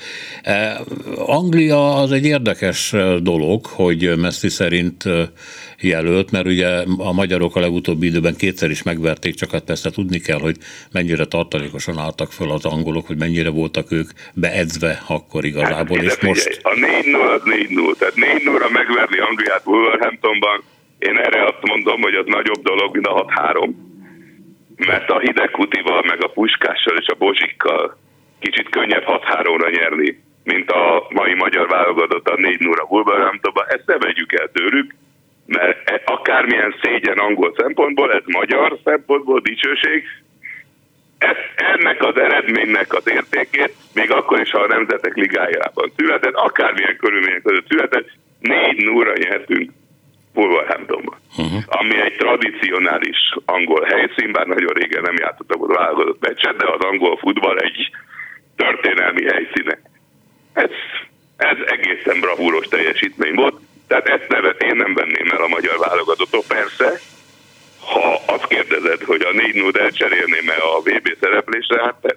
Anglia az egy érdekes dolog, hogy Messi szerint jelölt, mert ugye a magyarok a legutóbbi időben kétszer is megverték, csak hát persze tudni kell, hogy mennyire tartalékosan álltak föl az angolok, hogy mennyire voltak ők beedzve akkor igazából, hát, és most... A négy null az négy null, tehát négy nullra megverni Angliát Wolverhamptonban, én erre azt mondom, hogy az nagyobb dolog, mint a hat három. Mert a Hidegkutival, meg a Puskással és a Bozsikkal kicsit könnyebb hat háromra nyerni, mint a mai magyar válogatott a négy nullra Wolverhamptonban. Ezt ne vegyük el tőlük, mert akármilyen szégyen angol szempontból, ez magyar szempontból dicsőség, ezt, ennek az eredménynek az értékét, még akkor is, ha a Nemzetek Ligájában született, akármilyen körülmények között született, négy nullra nyertünk Wolverhamptonban, uh-huh. ami egy tradicionális angol helyszín, bár nagyon régen nem játszottak a válogatott meccset, de az angol futball egy történelmi helyszíne. Ez, ez egészen bravúros teljesítmény volt, tehát ezt nevet én nem venném el a magyar válogatottól. Persze, ha azt kérdezed, hogy a négy null csapatot elcserélném a vé bé szereplésre, hát persze.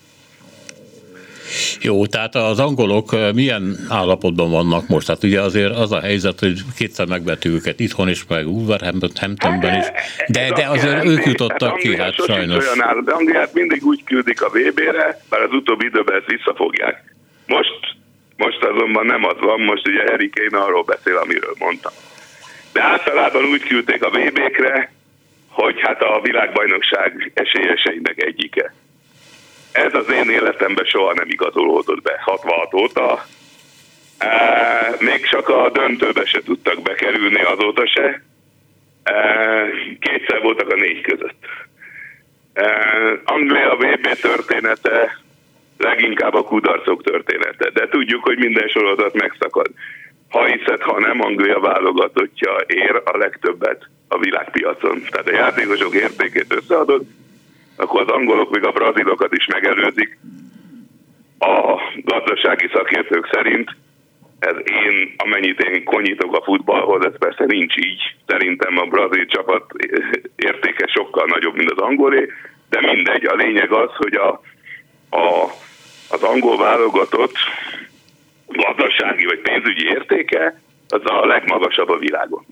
Jó, tehát az angolok milyen állapotban vannak most? Tehát ugye azért az a helyzet, hogy kétszer megvető őket itthon is, meg Wolverhamptonben is, de, de azért ők jutottak ki, hát sajnos. De Angliát mindig úgy küldik a vé bé-re, bár az utóbbi időben ezt visszafogják. Most, most azonban nem az van, most ugye Harry Kane arról beszél, amiről mondtam. De általában úgy küldték a vé bé-kre, hogy hát a világbajnokság esélyeseinek egyike. Ez az én életemben soha nem igazolódott be, hatvanhat óta. E, még csak a döntőbe se tudtak bekerülni azóta se. E, kétszer voltak a négy között. E, Anglia vé bé története leginkább a kudarcok története, de tudjuk, hogy minden sorozat megszakad. Ha hiszed, ha nem, Anglia válogatottja ér a legtöbbet a világpiacon. Tehát a játékosok értékét összeadott, akkor az angolok még a brazilokat is megelőzik. A gazdasági szakértők szerint, ez én, amennyit én konyítok a futballhoz, ez persze nincs így. Szerintem a brazil csapat értéke sokkal nagyobb, mint az angolé, de mindegy. A lényeg az, hogy a, a, az angol válogatott gazdasági vagy pénzügyi értéke az a legmagasabb a világon.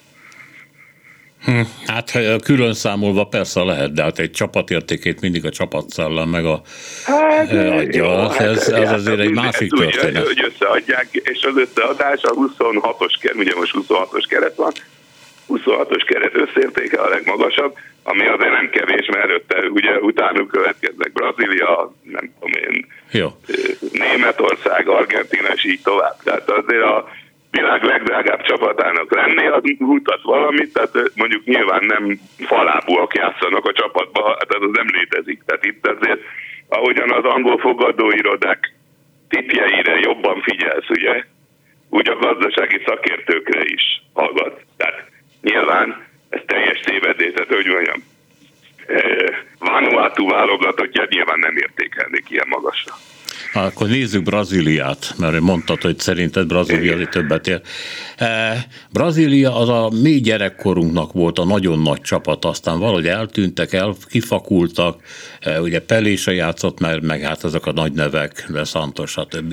Hm, hát külön számolva persze lehet, de hát egy csapatértékét mindig a csapatszellem meg a hát, adja. Jó, hát ez, ez azért egy másik történet. Hogy összeadják, és az összeadás a huszonhatos keret, ugye most huszonhatos keret van, huszonhatos keret összértéke a legmagasabb, ami azért nem kevés, mert előtte ugye utánuk következnek Brazília, nem tudom én, Jó. Németország, Argentína, és így tovább. Tehát azért a világ legdrágább csapatának lenni, az mutat valamit, tehát mondjuk nyilván nem falábúak játszanak a csapatba, hát ez az nem létezik. Tehát itt azért, ahogyan az angol fogadóirodák tippjeire jobban figyelsz, ugye, úgy a gazdasági szakértőkre is hallgat. Tehát nyilván ez teljes tévedés, tehát hogy mondjam, Vanuatu válogatottja nyilván nem értékelnék ilyen magasra. Akkor nézzük Brazíliát, mert mondtad, hogy szerinted Brazília többet ér. Brazília az a mi gyerekkorunknak volt a nagyon nagy csapat, aztán valahogy eltűntek, el, kifakultak, ugye Pelé se játszott, mert meg hát ezek a nagy nevek, de Santos, stb.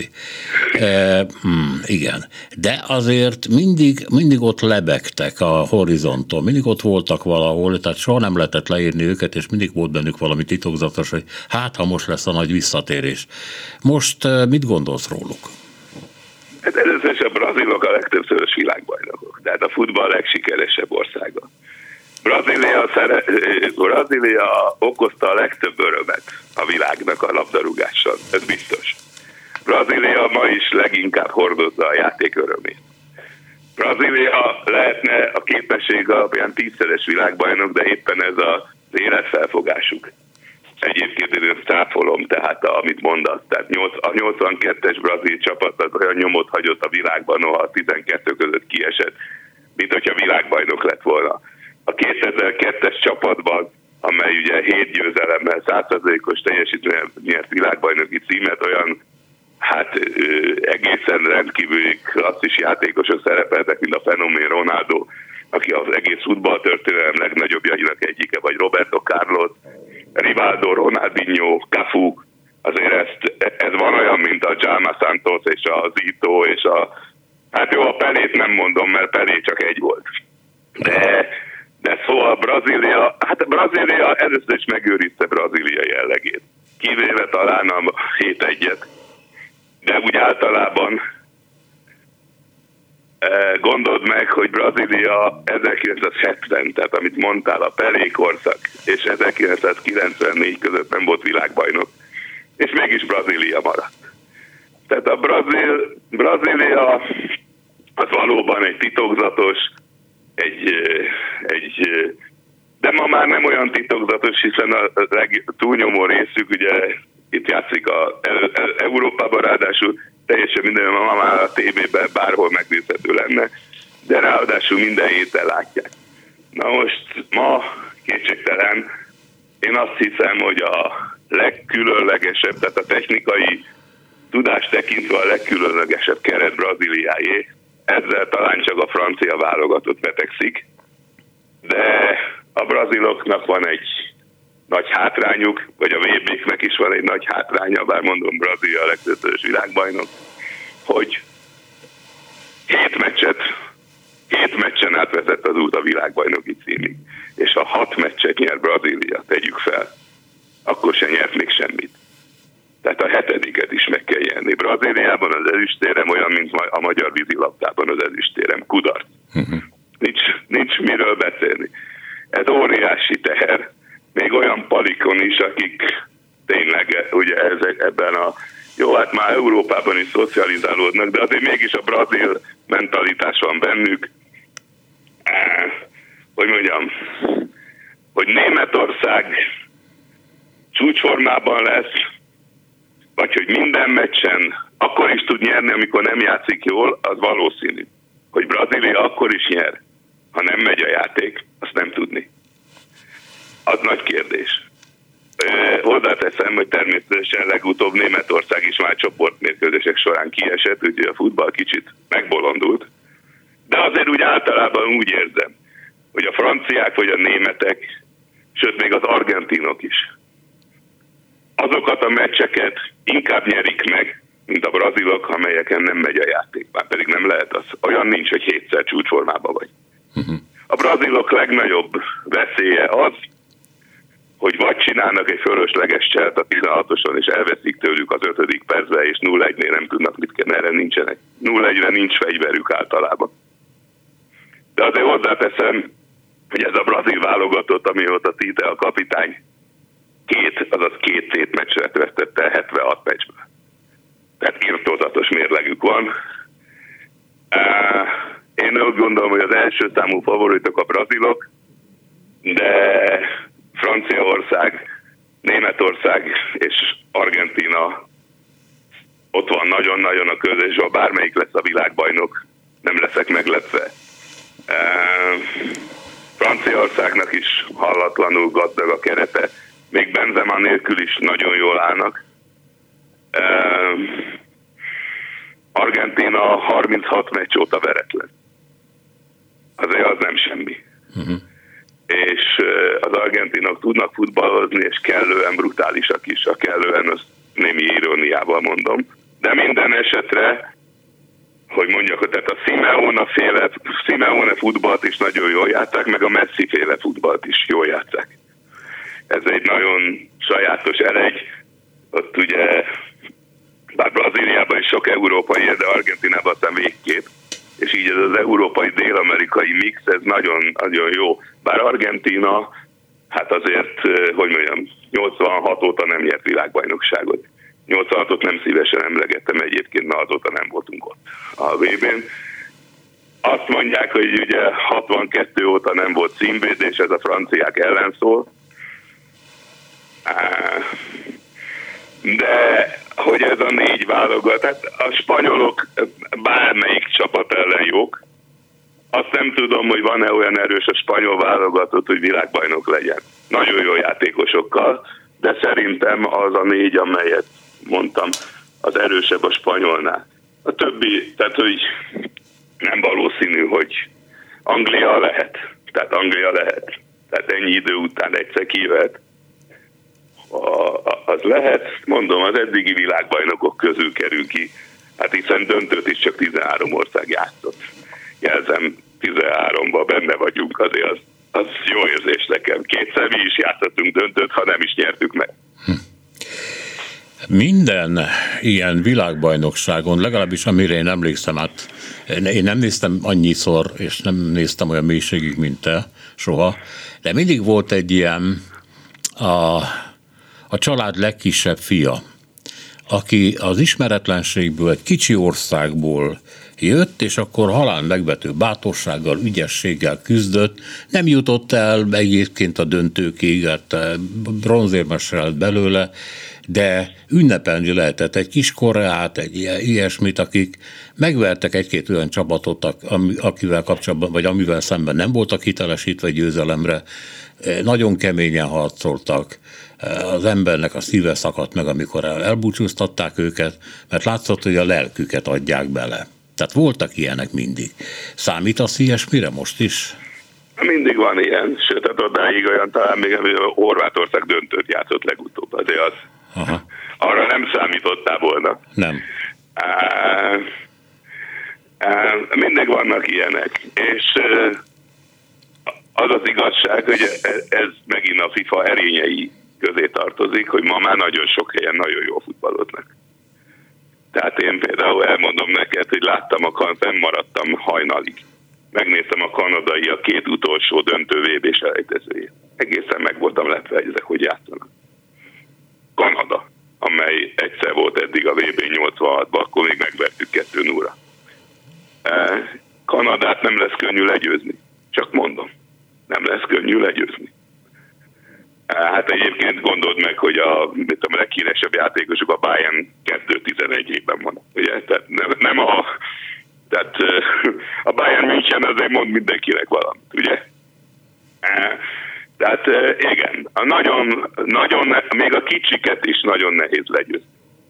Hmm, igen. De azért mindig, mindig ott lebegtek a horizonton, mindig ott voltak valahol, tehát soha nem lehetett leírni őket, és mindig volt bennük valami titokzatos, hogy hát, ha most lesz a nagy visszatérés. Most mit gondolsz róluk? Hát először is a brazilok a legtöbbszörös világbajnokok, tehát a futball legsikeresebb országa. Brazília, szere... Brazília okozta a legtöbb örömet a világnak a labdarúgással, ez biztos. Brazília ma is leginkább hordozza a játék örömét. Brazília lehetne a képesség alapján tízszeres világbajnok, de éppen ez az életfelfogásuk. Egyébként én cáfolom, tehát amit mondasz, tehát a nyolcvankettes brazil csapat az olyan nyomot hagyott a világban, noha a tizenkettő között kiesett, mint hogyha világbajnok lett volna. A kétezer-kettes csapatban, amely ugye hét győzelemmel, száz százalékos teljesítménnyel nyert világbajnoki címet, olyan hát egészen rendkívül klasszis játékosok szerepeltek, mint a fenomén Ronaldo, aki az egész futballtörténelem legnagyobbjainak egyike, vagy Roberto Carlos, Rivaldo, Ronaldinho, Cafu, azért ezt, ez van olyan, mint a Jalma Santos és a Zito, és a, hát jó, a Pelét nem mondom, mert Pelé csak egy volt. De, de szóval Brazília, hát Brazília először is megőrizte Brazília jellegét. Kivéve talán a hét egyet, de úgy általában gondold meg, hogy Brazília ezerkilencszázhetven, tehát amit mondtál, a Pelé korszak, és ezerkilencszázkilencvennégy között nem volt világbajnok, és mégis Brazília maradt. Tehát a Brazíl, Brazília az valóban egy titokzatos, egy, egy, de ma már nem olyan titokzatos, hiszen a leg, túlnyomó részük ugye itt játszik a, Európában, ráadásul teljesen minden, ma már a tévében bárhol megnézhető lenne, de ráadásul minden héten látják. Na most ma kétségtelen, én azt hiszem, hogy a legkülönlegesebb, tehát a technikai tudást tekintve a legkülönlegesebb keret Brazíliáé, ezzel talán csak a francia válogatott vetekszik, de a braziloknak van egy nagy hátrányuk, vagy a vé béknek is van egy nagy hátránya, bár mondom, Brazília a legtöbbszörös világbajnok, hogy hét meccset, hét meccsen átvezett az út a világbajnoki címig, és ha hat meccset nyer Brazília, tegyük fel, akkor se nyert még semmit. Tehát a hetediket is meg kell nyerni. Brazíliában az ezüstérem olyan, mint a magyar vízilabdában az ezüstérem. Kudarc. Uh-huh. Nincs, nincs miről beszélni. Ez óriási teher. Még olyan palikon is, akik tényleg ugye ezek, ebben a... Jó, hát már Európában is szocializálódnak, de azért mégis a brazil mentalitás van bennük. Eh, hogy mondjam, hogy Németország csúcsformában lesz, vagy hogy minden meccsen akkor is tud nyerni, amikor nem játszik jól, az valószínű. Hogy Brazília akkor is nyer, ha nem megy a játék, azt nem tudni. Az nagy kérdés. Hozzáteszem, hogy természetesen legutóbb Németország is már csoportmérkőzések során kiesett, úgyhogy a futball kicsit megbolondult. De azért úgy általában úgy érzem, hogy a franciák vagy a németek, sőt még az argentinok is, azokat a meccseket inkább nyerik meg, mint a brazilok, amelyeken nem megy a játék. Már pedig nem lehet az. Olyan nincs, hogy hétszer csúcsformában vagy. Uh-huh. A brazilok legnagyobb veszélye az, hogy vagy csinálnak egy fölösleges cselt a tizenhatoson, és elveszik tőlük az ötödik percbe, és nulla egynél nem tudnak mit kell, erre nincsenek. nulla egyre nincs fegyverük általában. De azért hozzáteszem, hogy ez a brazil válogatott, amióta Tite a kapitány, két, azaz két tétmeccset vesztette el hetvenhat meccsből. Tehát irtózatos mérlegük van. Én úgy gondolom, hogy az első számú favoritok a brazilok, de Franciaország, Németország és Argentína ott van nagyon-nagyon a közésben, bármelyik lesz a világbajnok, nem leszek meglepve. Franciaországnak is hallatlanul gazdag a kerete, még Benzema nélkül is nagyon jól állnak. Argentína harminchat meccs óta veretlen. Azért az nem semmi. Uh-huh. És az argentinok tudnak futballozni, és kellően brutálisak is, a kellően, azt némi iróniával mondom. De minden esetre, hogy mondjak, tehát a Simeone féle, Simeone futballt is nagyon jól játszák, meg a Messi féle futballt is jól játszák. Ez egy nagyon sajátos elegy. Ott ugye, bár Brazíliában is sok európai, de Argentinában aztán végképp. És így ez az európai dél-amerikai mix, ez nagyon, nagyon jó. Bár Argentína, hát azért, hogy mondjam, nyolcvanhat óta nem nyert világbajnokságot. nyolcvanhatot nem szívesen emlegettem egyébként, mert azóta nem voltunk ott a vé bén. Azt mondják, hogy ugye hatvankettő óta nem volt címvédés, ez a franciák ellen szól. De hogy ez a négy válogat, tehát a spanyolok bármelyik csapat ellen jók. Azt nem tudom, hogy van-e olyan erős a spanyol válogatott, hogy világbajnok legyen. Nagyon jó játékosokkal, de szerintem az a négy, amelyet mondtam, az erősebb a spanyolnál. A többi, tehát hogy nem valószínű, hogy Anglia lehet. Tehát Anglia lehet. Tehát ennyi idő után egyszer kivet. Az lehet, mondom, az eddigi világbajnokok közül kerül ki. Hát hiszen döntőt is csak tizenhárom ország játszott. Jelzem, tizenháromban benne vagyunk, azért az, az jó érzés nekem. Kétszer mi is játszottunk döntőt, ha nem is nyertük meg. Hm. Minden ilyen világbajnokságon, legalábbis amire én emlékszem, hát én nem néztem annyiszor, és nem néztem olyan mélységig, mint te, soha, de mindig volt egy ilyen a, a család legkisebb fia, aki az ismeretlenségből, egy kicsi országból jött, és akkor halál megvető bátorsággal, ügyességgel küzdött, nem jutott el egyébként a döntőkig, hát bronzérmes lett belőle, de ünnepelni lehetett egy kis Koreát, egy ilyesmit, akik megvertek egy-két olyan csapatot, akivel kapcsolatban, vagy amivel szemben nem voltak hitelesítve győzelemre, nagyon keményen harcoltak, az embernek a szíve szakadt meg, amikor elbúcsúztatták őket, mert látszott, hogy a lelküket adják bele. Tehát voltak ilyenek mindig. Számítasz ilyesmire most is? mindig van ilyen, sőt, hát odáig olyan, talán még Horvátország döntőt játszott legutóbb, azért az. Aha. Arra nem számítottál volna. Nem. Á, á, mindig vannak ilyenek, és az az igazság, hogy ez megint a FIFA erényei közé tartozik, hogy ma már nagyon sok helyen nagyon jó futballoznak. Tehát én például elmondom neked, hogy láttam a kan, nem maradtam hajnalig. Megnéztem a kanadai a két utolsó döntő vé bé selejtezőjét. Egészen meg voltam lepve, hogy ezek hogy játszanak. Kanada, amely egyszer volt eddig a vé bé nyolcvanhatban, akkor még megvertük kettő nullra. Kanadát nem lesz könnyű legyőzni. Csak mondom, nem lesz könnyű legyőzni. Hát egyébként gondold meg, hogy a, mit a leghíresebb játékosuk a Bayern kettő tizenegyében van. Ugye? Tehát nem, nem a... Tehát a Bayern München azért mond mindenkinek valamit, ugye? Tehát igen, a nagyon, nagyon, még a kicsiket is nagyon nehéz legyőzni.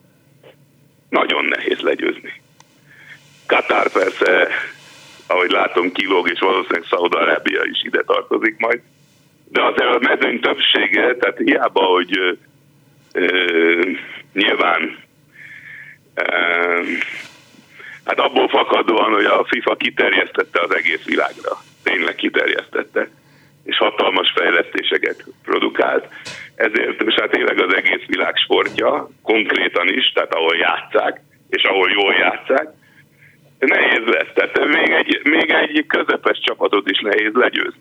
Nagyon nehéz legyőzni. Katar persze, ahogy látom, kilóg, és valószínűleg Szaúd-Arábia is ide tartozik majd. De azért a mezőny többsége, tehát hiába, hogy ö, ö, nyilván ö, hát abból fakadóan, hogy a FIFA kiterjesztette az egész világra. Tényleg kiterjesztette. És hatalmas fejlesztéseket produkált. Ezért, és hát tényleg az egész világ sportja, konkrétan is, tehát ahol játsszák, és ahol jól játsszák, nehéz lesz. Tehát még egy, még egy közepes csapatot is nehéz legyőzni.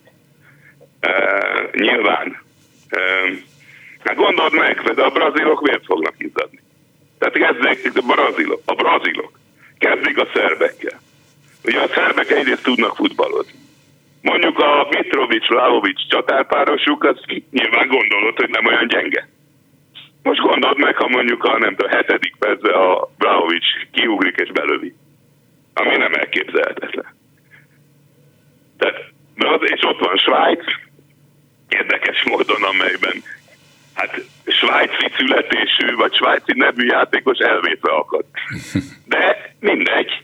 Uh, nyilván. Uh, hát gondold meg, de a brazilok miért fognak izzadni? Tehát kezdik a brazilok, a brazilok. Kezdik a szerbekkel. Ugye a szerbek egyrészt tudnak futballozni. Mondjuk a Mitrovic-Vlahovic csatárpárosuk, az nyilván gondolod, hogy nem olyan gyenge. Most gondold meg, ha mondjuk a, nem tudom, a hetedik percben a Vlahovic kiugrik és belövi. Ami nem elképzelhetetlen. Tehát, és ott van Svájc, érdekes módon, amelyben hát svájci születésű, vagy svájci nevű játékos elvétve akad. De mindegy.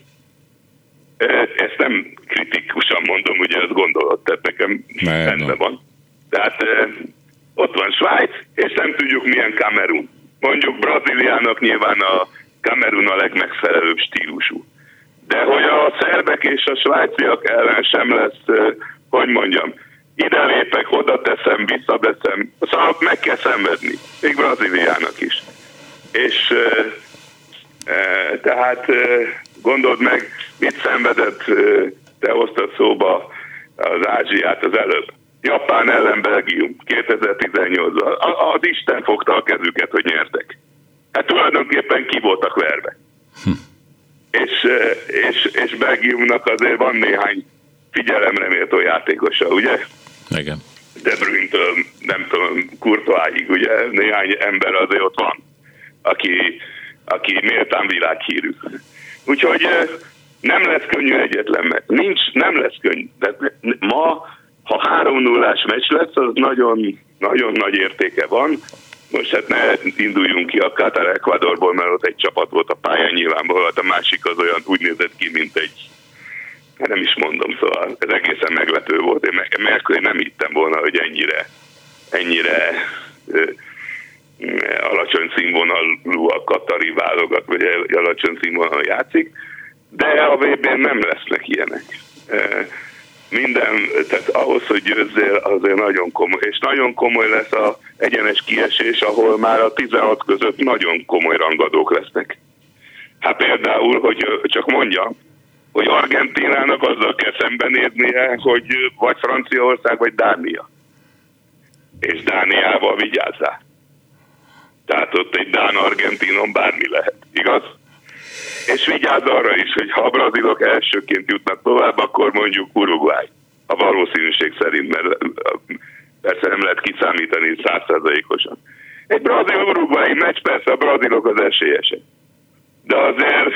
Ezt nem kritikusan mondom, ugye ezt gondolod, tehát nekem rendben van. Tehát ott van Svájc, és nem tudjuk milyen Kamerun. Mondjuk Brazíliának nyilván a Kamerun a legmegfelelőbb stílusú. De hogy a szerbek és a svájciak ellen sem lesz, hogy mondjam, ide lépek, oda teszem, visszabeszem. Szóval meg kell szenvedni, még Brazíliának is. És e, e, tehát e, gondold meg, mit szenvedett, e, te hoztad szóba az Ázsiát az előbb. Japán ellen Belgium kétezer-tizennyolcban. Az Isten fogta a kezüket, hogy nyertek. Hát tulajdonképpen ki voltak verve. Hm. És, és, és Belgiumnak azért van néhány figyelemre méltó játékosa, ugye? Igen. De Bruyne-től, nem tudom, Courtoisig, ugye? Néhány ember azért ott van, aki, aki méltán világhírű. Úgyhogy nem lesz könnyű egyetlen, mert nincs, nem lesz könnyű. De ma, ha három nullás meccs lesz, az nagyon, nagyon nagy értéke van. Most hát ne induljunk ki a Katar Ecuadorból, mert ott egy csapat volt a pályán nyilvánvalóan, a másik az olyan úgy nézett ki, mint egy, hát nem is mondom, szóval ez egészen meglepő volt. Én, mert én nem hittem volna, hogy ennyire, ennyire ö, alacsony színvonalú a katari válogat, vagy alacsony színvonalú játszik, de a vé bén nem lesznek ilyenek. Minden, tehát ahhoz, hogy győzzél, azért nagyon komoly, és nagyon komoly lesz az egyenes kiesés, ahol már a tizenhat között nagyon komoly rangadók lesznek. Hát például, hogy csak mondja, hogy Argentínának azzal kell szembenéznie, hogy vagy Franciaország, vagy Dánia. És Dániával vigyázzál. Tehát ott egy Dán-Argentinon bármi lehet, igaz? És vigyázz arra is, hogy ha a brazilok elsőként jutnak tovább, akkor mondjuk Uruguay. A valószínűség szerint, mert persze nem lehet kiszámítani száz százalékosan. Egy brazil-uruguayi meccs, persze a brazilok az esélyesek. De azért,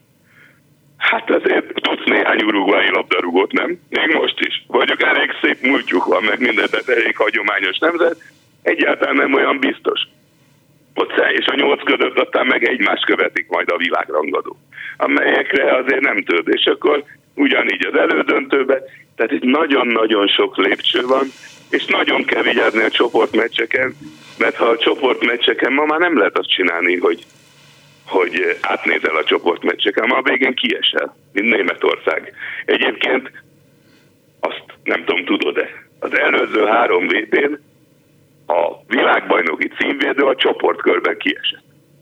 hát azért tudsz néhány uruguayi labdarúgót, nem? Még most is. Vagyok elég szép múltjuk van, meg minden, tehát elég hagyományos nemzet. Egyáltalán nem olyan biztos. Ott és a nyolc között aztán meg egymást követik majd a világrangadó, amelyekre azért nem több. És akkor ugyanígy az elődöntőbe, tehát itt nagyon-nagyon sok lépcső van, és nagyon kell vigyázni a csoportmeccseken, mert ha a csoportmeccseken ma már nem lehet azt csinálni, hogy, hogy átnézel a csoportmeccseken, ma a végén kiesel, mint Németország. Egyébként azt nem tudom, tudod-e, az előző három vé bén a világbajnoki címvédő a csoportkörben kiesett.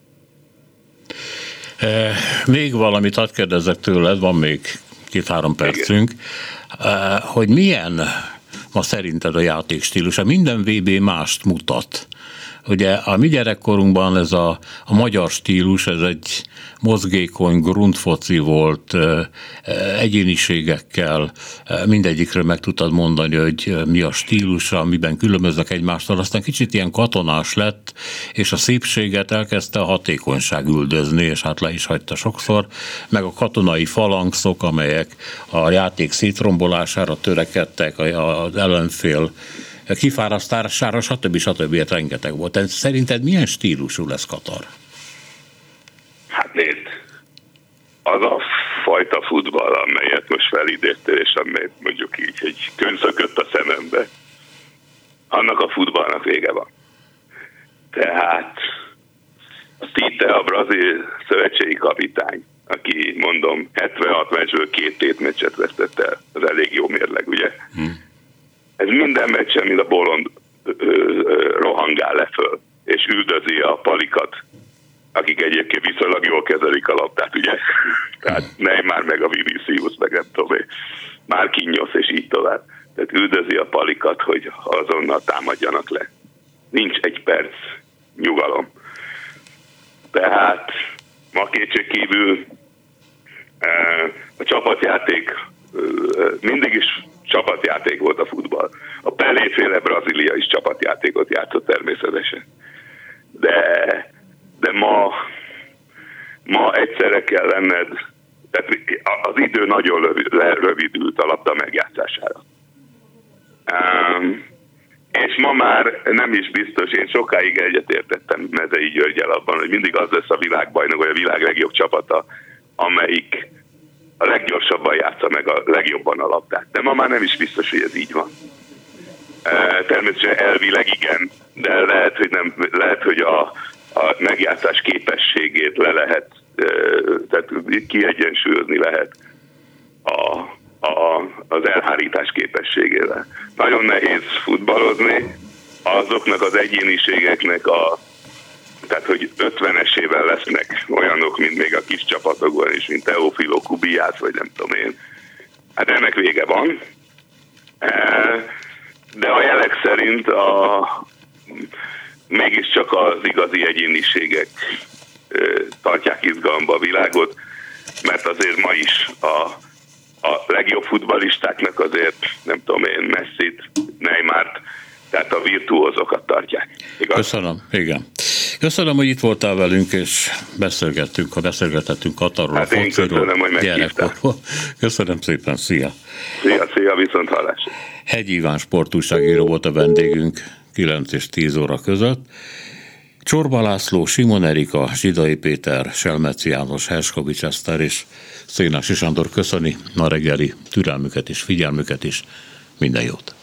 E, még valamit hadd kérdezzek tőled, van még két-három percünk, e, hogy milyen ma szerinted a játékstílusa? Minden vé bé mást mutat. Ugye a mi gyerekkorunkban ez a, a magyar stílus, ez egy mozgékony grundfoci volt, egyéniségekkel, mindegyikről meg tudtad mondani, hogy mi a stílusa, miben különböznek egymástól, aztán kicsit ilyen katonás lett, és a szépséget elkezdte a hatékonyság üldözni, és hát le is hagyta sokszor, meg a katonai falangszok, amelyek a játék szétrombolására törekedtek, az ellenfél kifárasztására, stb. stb. Rengeteg volt. Szerinted milyen stílusú lesz Katar? Hát nézd, az a fajta futball, amelyet most felidéztél, és amelyet mondjuk így egy könszökött a szemembe, annak a futballnak vége van. Tehát a Tite, a brazil szövetségi kapitány, aki mondom hetvenhat meccsből két tétmeccset vesztett el, az elég jó mérleg, ugye? Hmm. Ez minden meccsen, mint a bolond ö, ö, rohangál le föl, és üldözi a palikat, akik egyébként viszonylag jól kezelik a labdát, ugye? Tehát Neymar meg a Vinicius, meg nem tudom én, Marquinhos, és így tovább. Tehát üldözi a palikat, hogy azonnal támadjanak le. Nincs egy perc nyugalom. Tehát ma kétségkívül a csapatjáték mindig is csapatjáték volt a futball. A Pelé-féle Brazília is csapatjátékot játszott természetesen. De, de ma, ma egyszerre kell lenned, tehát az idő nagyon rövidült a labda megjátszására. Um, és ma már nem is biztos, én sokáig egyetértettem Mezei Györgyel abban, hogy mindig az lesz a világbajnok, vagy a világ legjobb csapata, amelyik a leggyorsabban játsza meg a legjobban a labdát. De ma már nem is biztos, hogy ez így van. Természetesen elvileg igen, de lehet, hogy, nem, lehet, hogy a, a megjátszás képességét le lehet, tehát kiegyensúlyozni lehet a, a, az elhárítás képességével. Nagyon nehéz futballozni, azoknak az egyéniségeknek a tehát, hogy ötvenesével lesznek olyanok, mint még a kis csapatokban is, mint Teofilo Kubiász, vagy nem tudom én. Hát ennek vége van. De a jelek szerint a, mégiscsak az igazi egyéniségek tartják izgalomba a világot, mert azért ma is a, a legjobb futballistáknak azért, nem tudom én, Messit, Neymart, tehát a virtuózokat tartják. Igaz? Köszönöm, igen. Köszönöm, hogy itt voltál velünk, és beszélgettünk, ha beszélgetettünk Katarról, hát a fociról, gyerekkorról. Köszönöm szépen, szia! Szia, szia, viszont hallásra! Hegy Iván sportújságíró volt a vendégünk kilenc és tíz óra között. Csorba László, Simon Erika, Zsidai Péter, Selmeci János, Herskovics Eszter és Szénási Sándor köszöni a reggeli türelmüket és figyelmüket is. Minden jót!